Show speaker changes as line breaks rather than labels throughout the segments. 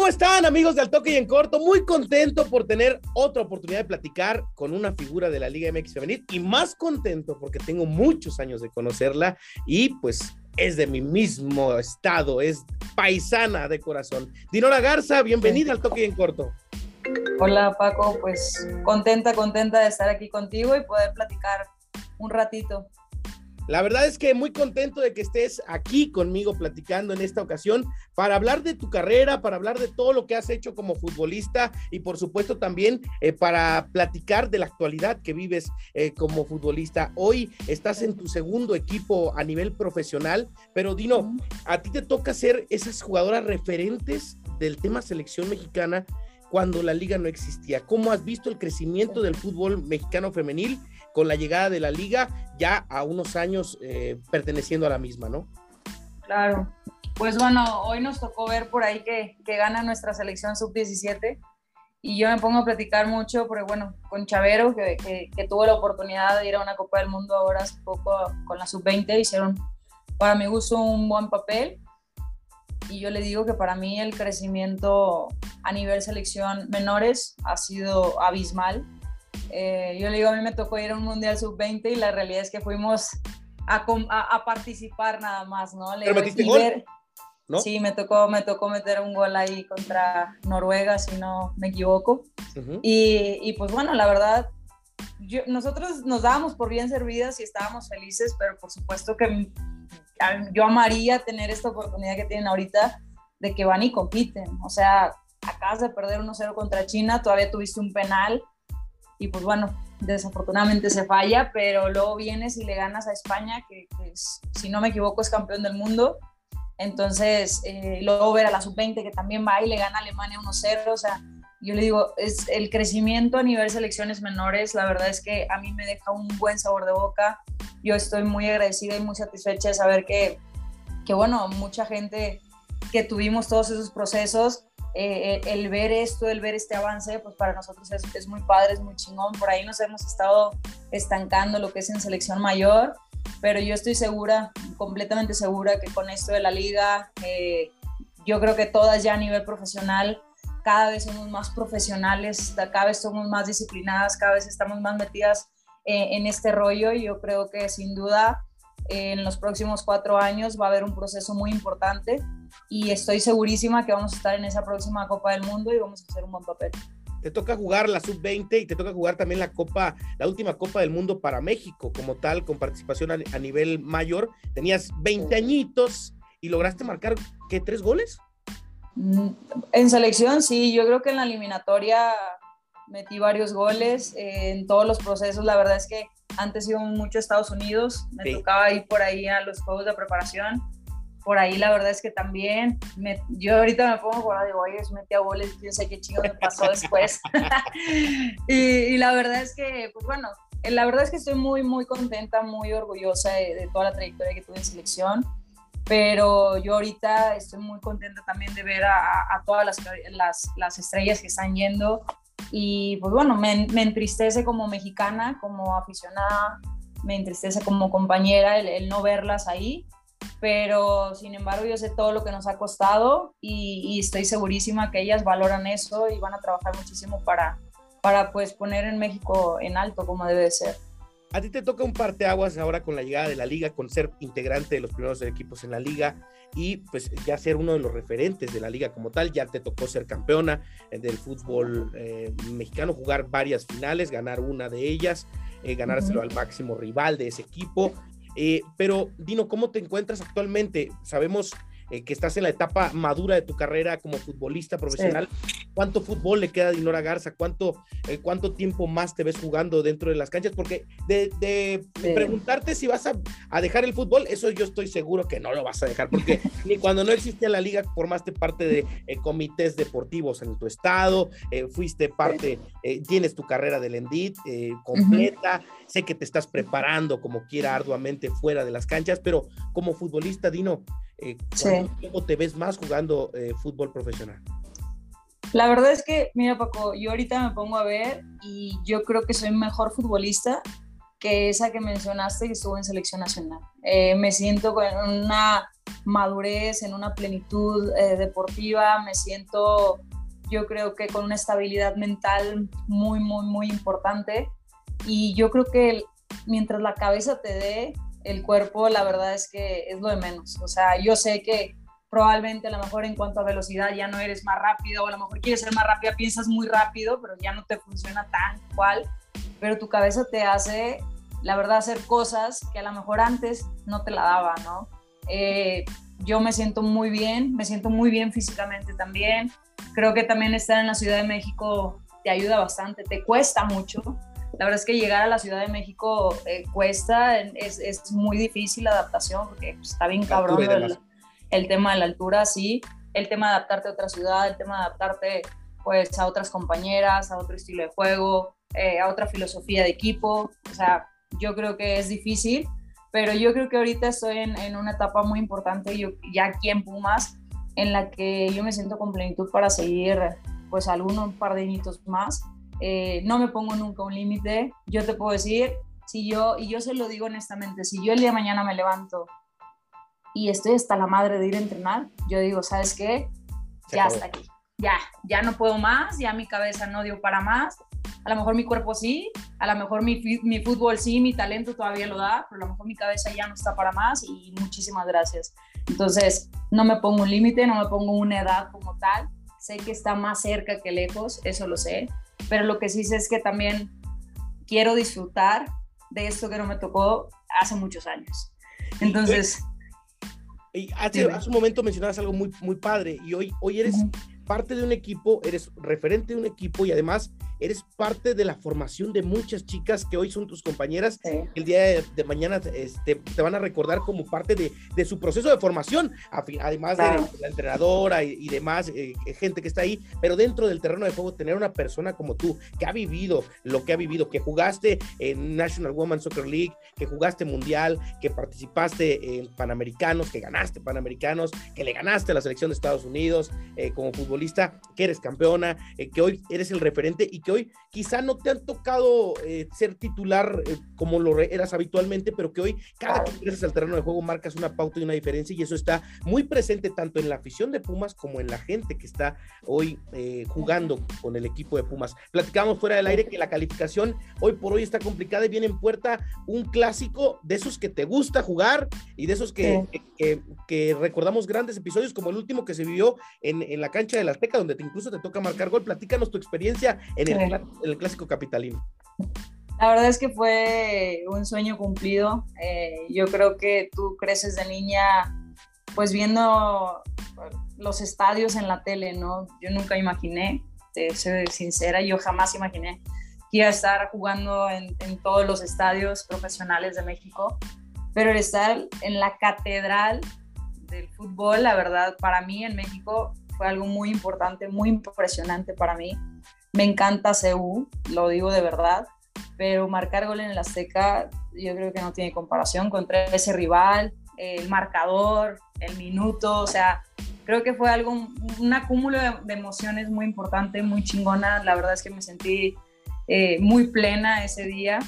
están, amigos de Al Toque y en Corto? Muy contento por tener otra oportunidad de platicar con una figura de la Liga MX Femenil y más contento porque tengo muchos años de conocerla y pues es de mi mismo estado, es paisana de corazón. Dinora Garza, bienvenida al Toque y en Corto.
Hola Paco, pues contenta de estar aquí contigo y poder platicar un ratito.
La verdad es que muy contento de que estés aquí conmigo platicando en esta ocasión para hablar de tu carrera, para hablar de todo lo que has hecho como futbolista y por supuesto también para platicar de la actualidad que vives como futbolista. Hoy estás en tu segundo equipo a nivel profesional, pero Dino, a ti te toca ser esas jugadoras referentes del tema selección mexicana cuando la liga no existía. ¿Cómo has visto el crecimiento del fútbol mexicano femenil con la llegada de la liga ya a unos años perteneciendo a la misma, ¿no?
Claro, pues bueno, hoy nos tocó ver por ahí que gana nuestra selección sub-17 y yo me pongo a platicar mucho porque bueno, con Chavero que tuvo la oportunidad de ir a una Copa del Mundo ahora hace poco con la sub-20, hicieron para mi gusto un buen papel. Y yo le digo que para mí el crecimiento a nivel selección menores ha sido abismal. Yo le digo, a mí me tocó ir a un Mundial Sub-20 y la realidad es que fuimos a participar nada más, ¿no?
¿Pero metiste gol? ¿No?
Sí, me tocó meter un gol ahí contra Noruega, si no me equivoco. Uh-huh. Y pues bueno, la verdad, nosotros nos dábamos por bien servidas y estábamos felices, pero por supuesto que yo amaría tener esta oportunidad que tienen ahorita de que van y compiten. O sea, acabas de perder 1-0 contra China, todavía tuviste un penal y pues bueno, desafortunadamente se falla, pero luego vienes y le ganas a España, que si no me equivoco es campeón del mundo. Entonces, luego ver a la sub-20 que también va y le gana a Alemania 1-0. O sea, yo le digo, es el crecimiento a nivel selecciones menores, la verdad es que a mí me deja un buen sabor de boca. Yo estoy muy agradecida y muy satisfecha de saber que bueno, mucha gente que tuvimos todos esos procesos, el ver esto, el ver este avance, pues para nosotros es muy padre, es muy chingón. Por ahí nos hemos estado estancando lo que es en selección mayor, pero yo estoy segura, completamente segura que con esto de la liga, yo creo que todas ya a nivel profesional, cada vez somos más profesionales, cada vez somos más disciplinadas, cada vez estamos más metidas en este rollo y yo creo que sin duda en los próximos 4 años va a haber un proceso muy importante y estoy segurísima que vamos a estar en esa próxima Copa del Mundo y vamos a hacer un buen papel.
Te toca jugar la sub-20 y te toca jugar también la última Copa del Mundo para México como tal, con participación a nivel mayor. Tenías 20 añitos y lograste marcar, ¿qué? ¿3 goles?
En selección sí, yo creo que en la eliminatoria metí varios goles, en todos los procesos. La verdad es que antes iba mucho a Estados Unidos, me tocaba ir por ahí a los juegos de preparación, por ahí la verdad es que también, yo ahorita me pongo a jugar, digo, oye, metí a goles, yo sé qué chingo me pasó después. y la verdad es que, pues bueno, la verdad es que estoy muy, muy contenta, muy orgullosa de toda la trayectoria que tuve en selección. Pero yo ahorita estoy muy contenta también de ver a todas las estrellas que están yendo y pues bueno, me entristece como mexicana, como aficionada, me entristece como compañera el no verlas ahí, pero sin embargo yo sé todo lo que nos ha costado y estoy segurísima que ellas valoran eso y van a trabajar muchísimo para pues poner en México en alto como debe de ser.
A ti te toca un parteaguas ahora con la llegada de la liga, con ser integrante de los primeros equipos en la liga y pues ya ser uno de los referentes de la liga como tal. Ya te tocó ser campeona del fútbol mexicano, jugar varias finales, ganar una de ellas, ganárselo al máximo rival de ese equipo. Pero Dino, ¿cómo te encuentras actualmente? Sabemos que estás en la etapa madura de tu carrera como futbolista profesional. Sí. ¿Cuánto fútbol le queda a Dinora Garza? ¿Cuánto tiempo más te ves jugando dentro de las canchas? Porque de preguntarte si vas a dejar el fútbol, eso yo estoy seguro que no lo vas a dejar, porque ni cuando no existía la liga formaste parte de comités deportivos en tu estado, fuiste parte, tienes tu carrera del ENDIT completa, sé que te estás preparando como quiera arduamente fuera de las canchas, pero como futbolista, Dino, ¿cuánto tiempo te ves más jugando fútbol profesional?
La verdad es que, mira Paco, yo ahorita me pongo a ver y yo creo que soy mejor futbolista que esa que mencionaste que estuvo en selección nacional. Me siento con una madurez, en una plenitud deportiva, me siento, yo creo que con una estabilidad mental muy, muy, muy importante, y yo creo que mientras la cabeza te dé, el cuerpo, la verdad es que es lo de menos. O sea, yo sé que probablemente a lo mejor en cuanto a velocidad ya no eres más rápido, o a lo mejor quieres ser más rápida, piensas muy rápido, pero ya no te funciona tan cual, pero tu cabeza te hace, la verdad, hacer cosas que a lo mejor antes no te la daba, ¿no? Yo me siento muy bien físicamente también. Creo que también estar en la Ciudad de México te ayuda bastante, te cuesta mucho. La verdad es que llegar a la Ciudad de México cuesta, es muy difícil la adaptación, porque pues, está bien cabrón el tema de la altura, sí, el tema de adaptarte a otra ciudad, el tema de adaptarte pues a otras compañeras, a otro estilo de juego, a otra filosofía de equipo. O sea, yo creo que es difícil, pero yo creo que ahorita estoy en una etapa muy importante, yo ya aquí en Pumas, en la que yo me siento con plenitud para seguir pues un par de añitos más. No me pongo nunca un límite. Yo te puedo decir, y yo se lo digo honestamente, si yo el día de mañana me levanto y estoy hasta la madre de ir a entrenar, yo digo, ¿sabes qué? Ya hasta aquí, ya no puedo más, ya mi cabeza no dio para más. A lo mejor mi cuerpo sí, a lo mejor mi fútbol sí, mi talento todavía lo da, pero a lo mejor mi cabeza ya no está para más, y muchísimas gracias. Entonces, no me pongo un límite, no me pongo una edad como tal. Sé que está más cerca que lejos, eso lo sé, pero lo que sí sé es que también quiero disfrutar de esto que no me tocó hace muchos años. Entonces...
Hace un momento mencionabas algo muy, muy padre, y hoy eres parte de un equipo, eres referente de un equipo, y además eres parte de la formación de muchas chicas que hoy son tus compañeras. Sí. El día de mañana te van a recordar como parte de su proceso de formación, además de la entrenadora y demás, gente que está ahí, pero dentro del terreno de juego, tener una persona como tú, que ha vivido lo que ha vivido, que jugaste en National Women's Soccer League, que jugaste Mundial, que participaste en Panamericanos, que ganaste Panamericanos, que le ganaste a la selección de Estados Unidos como futbolista, que eres campeona, que hoy eres el referente, y que hoy quizá no te han tocado ser titular como lo eras habitualmente, pero que hoy cada que ingresas al terreno de juego marcas una pauta y una diferencia, y eso está muy presente tanto en la afición de Pumas como en la gente que está hoy jugando con el equipo de Pumas. Platicábamos fuera del aire que la calificación hoy por hoy está complicada, y viene en puerta un clásico de esos que te gusta jugar, y de esos que recordamos grandes episodios, como el último que se vivió en la cancha de la Azteca, donde incluso te toca marcar gol. Platícanos tu experiencia en el clásico capitalino.
La verdad es que fue un sueño cumplido. Yo creo que tú creces de niña pues viendo los estadios en la tele, ¿no? Yo nunca imaginé, te soy sincera, yo jamás imaginé que iba a estar jugando en todos los estadios profesionales de México, pero el estar en la catedral del fútbol, la verdad, para mí en México fue algo muy importante, muy impresionante para mí. Me encanta CU, lo digo de verdad, pero marcar gol en el Azteca yo creo que no tiene comparación contra ese rival, el marcador, el minuto, o sea, creo que fue un acúmulo de emociones muy importante, muy chingona. La verdad es que me sentí muy plena ese día,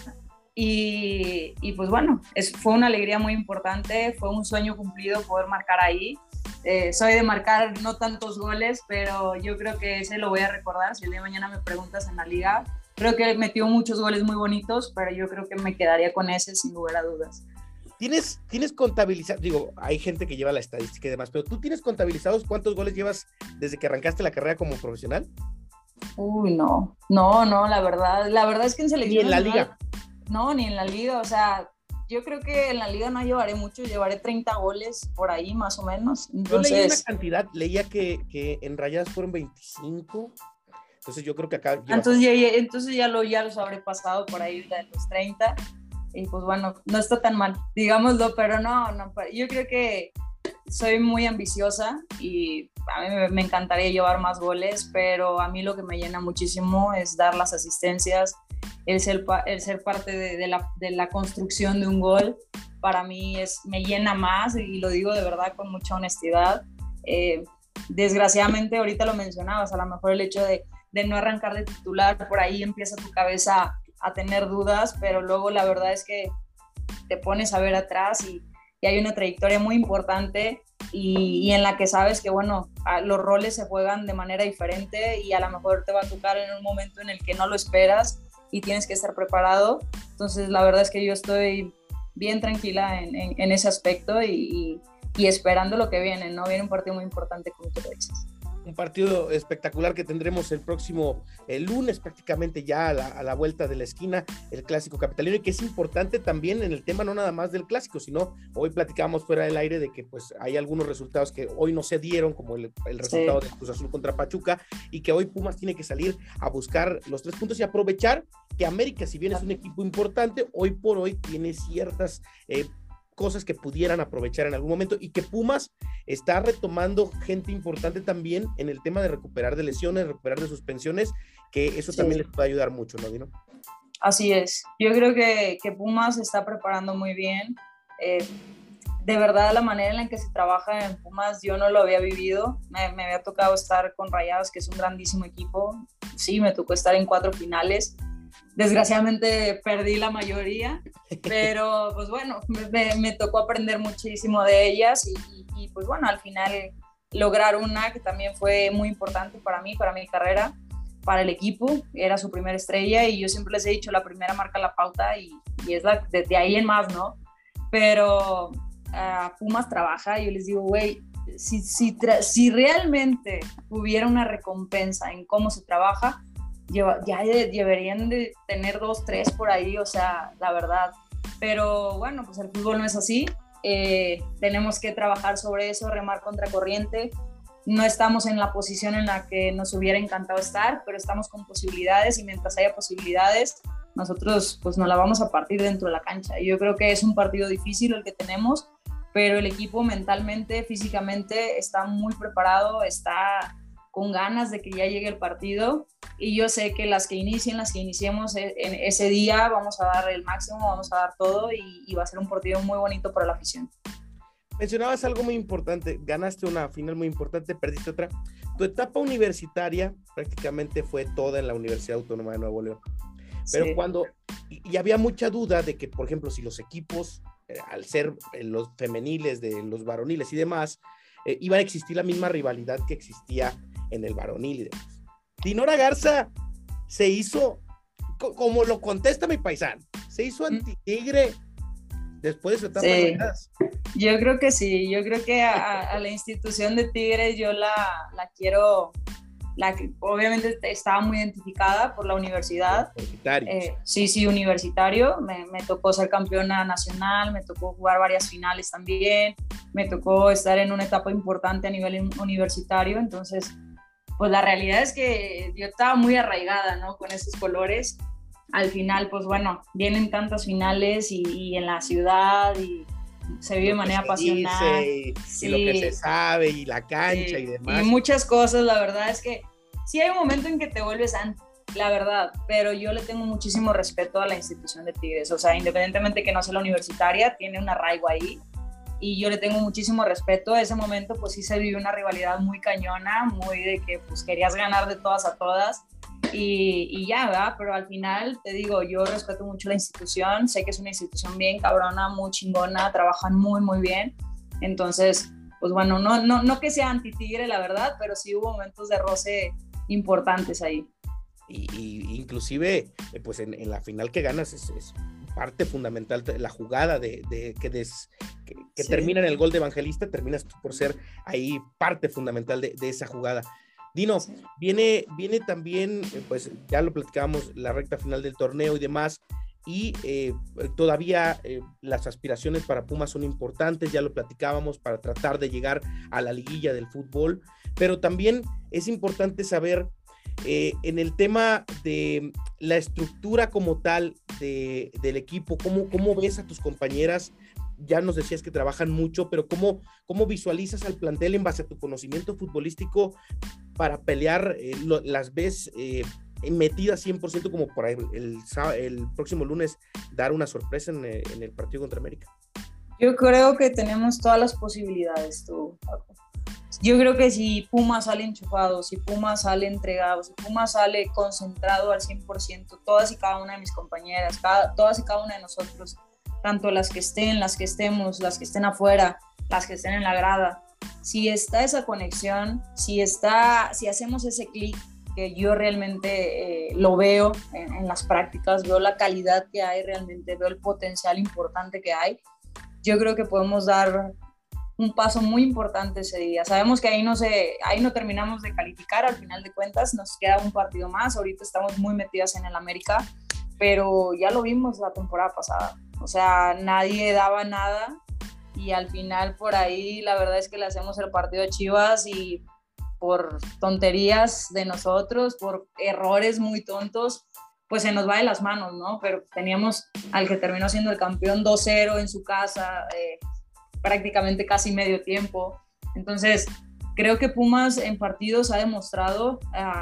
y pues bueno, fue una alegría muy importante, fue un sueño cumplido poder marcar ahí. Soy de marcar no tantos goles, pero yo creo que ese lo voy a recordar. Si el día de mañana me preguntas en la liga, creo que metió muchos goles muy bonitos, pero yo creo que me quedaría con ese sin lugar a dudas.
¿Tienes contabilizado? Digo, hay gente que lleva la estadística y demás, pero ¿tú tienes contabilizados cuántos goles llevas desde que arrancaste la carrera como profesional?
Uy, no, la verdad es que en selección...
¿Ni en la liga?
No, ni en la liga, o sea, yo creo que en la liga no llevaré mucho, llevaré 30 goles por ahí más o menos. Entonces...
Yo leí una cantidad, leía que en Rayadas fueron 25, entonces yo creo que acá...
Entonces ya los habré pasado por ahí de los 30, y pues bueno, no está tan mal, digámoslo, pero no, yo creo que soy muy ambiciosa, y a mí me encantaría llevar más goles, pero a mí lo que me llena muchísimo es dar las asistencias, el ser parte de la construcción de un gol. Para mí me llena más, y lo digo de verdad con mucha honestidad. Desgraciadamente, ahorita lo mencionabas, a lo mejor el hecho de no arrancar de titular, por ahí empieza tu cabeza a tener dudas, pero luego la verdad es que te pones a ver atrás y hay una trayectoria muy importante y en la que sabes que, bueno, los roles se juegan de manera diferente y a lo mejor te va a tocar en un momento en el que no lo esperas y tienes que estar preparado. Entonces, la verdad es que yo estoy bien tranquila en ese aspecto y esperando lo que viene, ¿no? Viene un partido muy importante, como tú lo dices.
Un partido espectacular que tendremos el próximo lunes, prácticamente ya a la vuelta de la esquina, el clásico capitalino, y que es importante también en el tema no nada más del clásico, sino hoy platicábamos fuera del aire de que pues hay algunos resultados que hoy no se dieron, como el resultado de Cruz Azul contra Pachuca, y que hoy Pumas tiene que salir a buscar los 3 puntos y aprovechar que América, si bien es un equipo importante, hoy por hoy tiene ciertas cosas que pudieran aprovechar en algún momento, y que Pumas está retomando gente importante también en el tema de recuperar de lesiones, recuperar de suspensiones, que eso también les puede ayudar mucho, ¿no, Dino?
Así es, yo creo que Pumas se está preparando muy bien. De verdad, la manera en la que se trabaja en Pumas yo no lo había vivido. Me había tocado estar con Rayados, que es un grandísimo equipo. Sí, me tocó estar en 4 finales. Desgraciadamente perdí la mayoría, pero pues bueno, me tocó aprender muchísimo de ellas y pues bueno, al final lograr una que también fue muy importante para mí, para mi carrera, para el equipo. Era su primera estrella y yo siempre les he dicho, la primera marca la pauta y es de ahí en más, ¿no? Pero Pumas trabaja y yo les digo, güey, si realmente hubiera una recompensa en cómo se trabaja, ya deberían de tener 2, 3 por ahí, o sea, la verdad. Pero bueno, pues el fútbol no es así. Tenemos que trabajar sobre eso, remar contra corriente. No estamos en la posición en la que nos hubiera encantado estar, pero estamos con posibilidades y mientras haya posibilidades, nosotros pues nos la vamos a partir dentro de la cancha. Y yo creo que es un partido difícil el que tenemos, pero el equipo mentalmente, físicamente está muy preparado, está con ganas de que ya llegue el partido y yo sé que las que iniciemos en ese día vamos a dar el máximo, vamos a dar todo y va a ser un partido muy bonito para la afición.
Mencionabas algo muy importante, ganaste una final muy importante, perdiste otra. Tu etapa universitaria prácticamente fue toda en la Universidad Autónoma de Nuevo León, pero sí. Y había mucha duda de que, por ejemplo, si los equipos, al ser los femeniles de los varoniles y demás, iba a existir la misma rivalidad que existía en el varonil y demás. Dinora Garza se hizo, como lo contesta mi paisano, se hizo anti-Tigre después de su etapa de Tigres.
Yo creo que sí, yo creo que a la institución de Tigres yo la quiero, obviamente estaba muy identificada por la universidad. Sí, universitario, me tocó ser campeona nacional, me tocó jugar varias finales también, me tocó estar en una etapa importante a nivel universitario, entonces pues la realidad es que yo estaba muy arraigada, ¿no? Con esos colores. Al final, pues bueno, vienen tantas finales y en la ciudad y se vive de manera apasionada.
Y lo que se sabe y la cancha y demás.
Y muchas cosas, la verdad es que sí hay un momento en que te vuelves anti, la verdad, pero yo le tengo muchísimo respeto a la institución de Tigres. O sea, independientemente que no sea la universitaria, tiene un arraigo ahí. Y yo le tengo muchísimo respeto. A ese momento pues sí se vivió una rivalidad muy cañona, muy de que pues querías ganar de todas a todas y ya, ¿verdad? Pero al final te digo, yo respeto mucho la institución, sé que es una institución bien cabrona, muy chingona, trabajan muy muy bien, entonces pues bueno, no que sea anti-Tigre la verdad, pero sí hubo momentos de roce importantes ahí.
Y inclusive pues en la final que ganas es parte fundamental, la jugada que termina en el gol de Evangelista, terminas tú por ser ahí parte fundamental de esa jugada. Dino, sí. viene también, pues ya lo platicábamos, la recta final del torneo y demás, y todavía las aspiraciones para Pumas son importantes, ya lo platicábamos, para tratar de llegar a la liguilla del fútbol, pero también es importante saber en el tema de la estructura como tal del equipo, ¿cómo ves a tus compañeras? Ya nos decías que trabajan mucho, pero ¿cómo visualizas al plantel en base a tu conocimiento futbolístico para pelear? ¿Las ves metidas 100% como para el próximo lunes dar una sorpresa en el partido contra América?
Yo creo que tenemos todas las posibilidades, tú, Paco. Yo creo que si Pumas sale enchufado, si Pumas sale entregado, si Pumas sale concentrado al 100%, todas y cada una de mis compañeras, todas y cada una de nosotros, tanto las que estén, las que estemos, las que estén afuera, las que estén en la grada, si está esa conexión, si hacemos ese clic, que yo realmente lo veo en las prácticas, veo la calidad que hay realmente, veo el potencial importante que hay, yo creo que podemos dar un paso muy importante ese día. Sabemos que ahí no terminamos de calificar, al final de cuentas nos queda un partido más, ahorita estamos muy metidas en el América, pero ya lo vimos la temporada pasada, o sea, nadie daba nada y al final por ahí la verdad es que le hacemos el partido a Chivas y por tonterías de nosotros, por errores muy tontos, pues se nos va de las manos, ¿no? Pero teníamos al que terminó siendo el campeón 2-0 en su casa, prácticamente casi medio tiempo. Entonces, creo que Pumas en partidos ha demostrado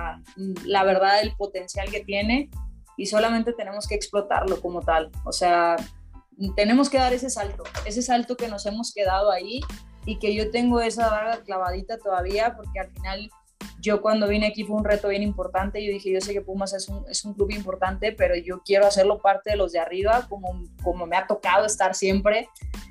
la verdad el potencial que tiene y solamente tenemos que explotarlo como tal. O sea, tenemos que dar ese salto que nos hemos quedado ahí y que yo tengo esa daga clavadita todavía, porque al final yo cuando vine aquí fue un reto bien importante. Yo dije, yo sé que Pumas es un club importante, pero yo quiero hacerlo parte de los de arriba, como me ha tocado estar siempre.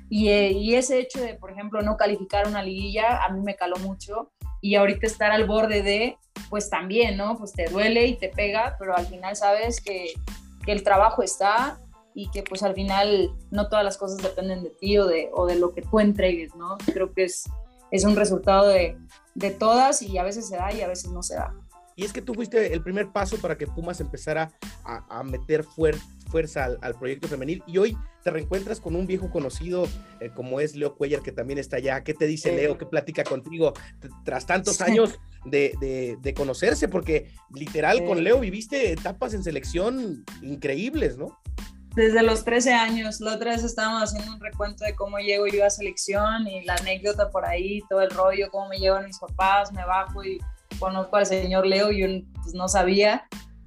Y ese hecho de, por ejemplo, no calificar una liguilla, a mí me caló mucho. Y ahorita estar al borde de, pues también, ¿no? Pues te duele y te pega, pero al final sabes que el trabajo está y que pues al final no todas las cosas dependen de ti o de lo que tú entregues, ¿no? Creo que es un resultado de todas y a veces se da y a veces no se da.
Y es que tú fuiste el primer paso para que Pumas empezara a meter fuerza al proyecto femenil y hoy te reencuentras con un viejo conocido como es Leo Cuellar, que también está allá. ¿Qué te dice Leo? ¿Qué platica contigo tras tantos años de conocerse? Porque literal con Leo viviste etapas en selección increíbles, ¿no?
Desde los 13 años, la otra vez estábamos haciendo un recuento de cómo llego yo a selección y la anécdota por ahí, todo el rollo, cómo me llevan mis papás, me bajo y conozco al señor Leo, yo pues no sabía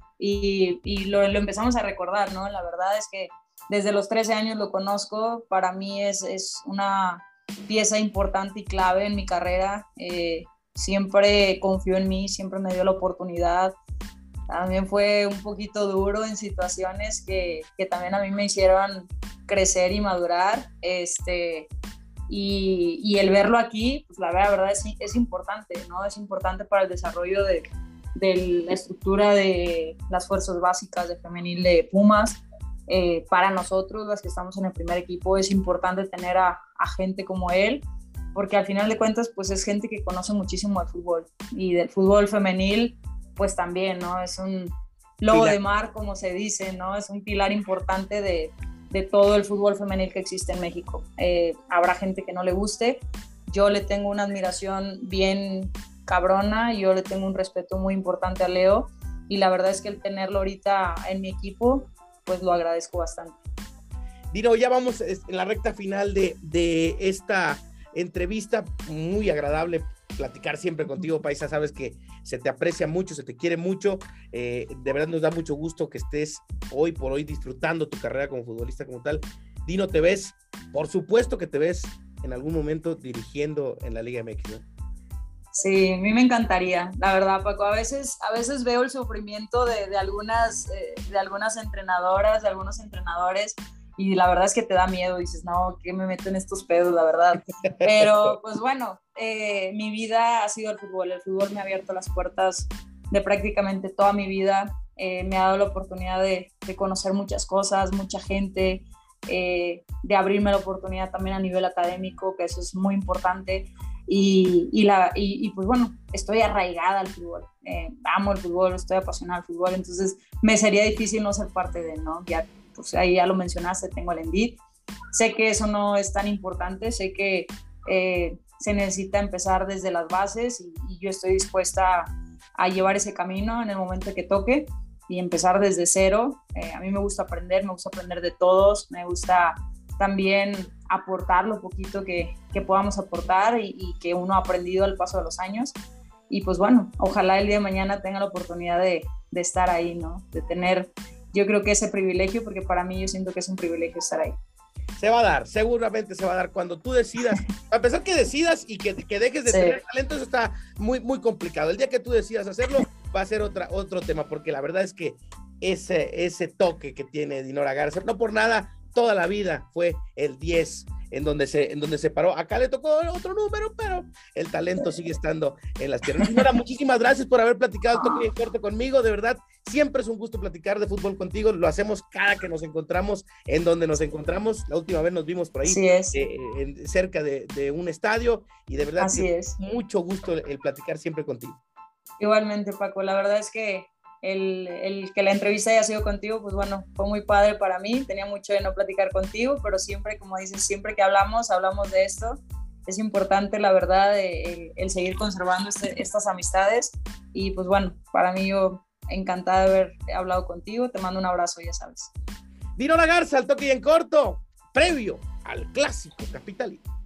y lo empezamos a recordar, ¿no? La verdad es que desde los 13 años lo conozco, para mí es una pieza importante y clave en mi carrera, siempre confió en mí, siempre me dio la oportunidad. También fue un poquito duro en situaciones que también a mí me hicieron crecer y madurar, y el verlo aquí, pues la verdad es importante, ¿no? Es importante para el desarrollo de la estructura de las fuerzas básicas de femenil de Pumas. Para nosotros, las que estamos en el primer equipo, es importante tener a gente como él, porque al final de cuentas, pues es gente que conoce muchísimo del fútbol y del fútbol femenil, pues también, ¿no? Es un lobo de mar, como se dice, ¿no? Es un pilar importante de todo el fútbol femenil que existe en México. Habrá gente que no le guste. Yo le tengo una admiración bien cabrona, yo le tengo un respeto muy importante a Leo y la verdad es que el tenerlo ahorita en mi equipo, pues lo agradezco bastante.
Dino, ya vamos en la recta final de esta entrevista, muy agradable platicar siempre contigo, Paisa, sabes que se te aprecia mucho, se te quiere mucho, de verdad nos da mucho gusto que estés hoy por hoy disfrutando tu carrera como futbolista como tal. Dino, ¿te ves? Por supuesto que te ves en algún momento dirigiendo en la Liga MX, ¿no?
Sí, a mí me encantaría, la verdad, Paco. A veces veo el sufrimiento de algunas entrenadoras, de algunos entrenadores, y la verdad es que te da miedo, dices, no, ¿qué me meto en estos pedos, la verdad? Pero, pues bueno, mi vida ha sido el fútbol me ha abierto las puertas de prácticamente toda mi vida, me ha dado la oportunidad de conocer muchas cosas, mucha gente, de abrirme la oportunidad también a nivel académico, que eso es muy importante, y pues bueno, estoy arraigada al fútbol, amo el fútbol, estoy apasionada al fútbol, entonces me sería difícil no ser parte de, ¿no? Ya, pues ahí ya lo mencionaste, tengo el Envid, sé que eso no es tan importante, sé que se necesita empezar desde las bases y yo estoy dispuesta a llevar ese camino en el momento que toque y empezar desde cero. A mí me gusta aprender de todos, me gusta también aportar lo poquito que podamos aportar y que uno ha aprendido al paso de los años. Y pues bueno, ojalá el día de mañana tenga la oportunidad de estar ahí, ¿no? De tener, yo creo que ese privilegio, porque para mí yo siento que es un privilegio estar ahí.
Se va a dar, seguramente se va a dar cuando tú decidas, a pesar que decidas y que dejes de tener talento, eso está muy, muy complicado. El día que tú decidas hacerlo va a ser otro tema, porque la verdad es que ese toque que tiene Dinora Garza, no por nada, toda la vida fue el 10 en donde se paró. Acá le tocó otro número, pero el talento sigue estando en las piernas. Señora, muchísimas gracias por haber platicado el toque y corto conmigo, de verdad, siempre es un gusto platicar de fútbol contigo, lo hacemos cada que nos encontramos en donde nos encontramos. La última vez nos vimos por ahí, cerca de un estadio, y de verdad mucho gusto el platicar siempre contigo.
Igualmente, Paco, la verdad es que el que la entrevista haya sido contigo, pues bueno, fue muy padre para mí, tenía mucho de no platicar contigo, pero siempre, como dices, siempre que hablamos de esto. Es importante, la verdad, el seguir conservando estas amistades, y pues bueno, para mí, yo encantada de haber hablado contigo, te mando un abrazo, ya sabes.
Dinora Garza, al toque y en corto, previo al clásico capitalino.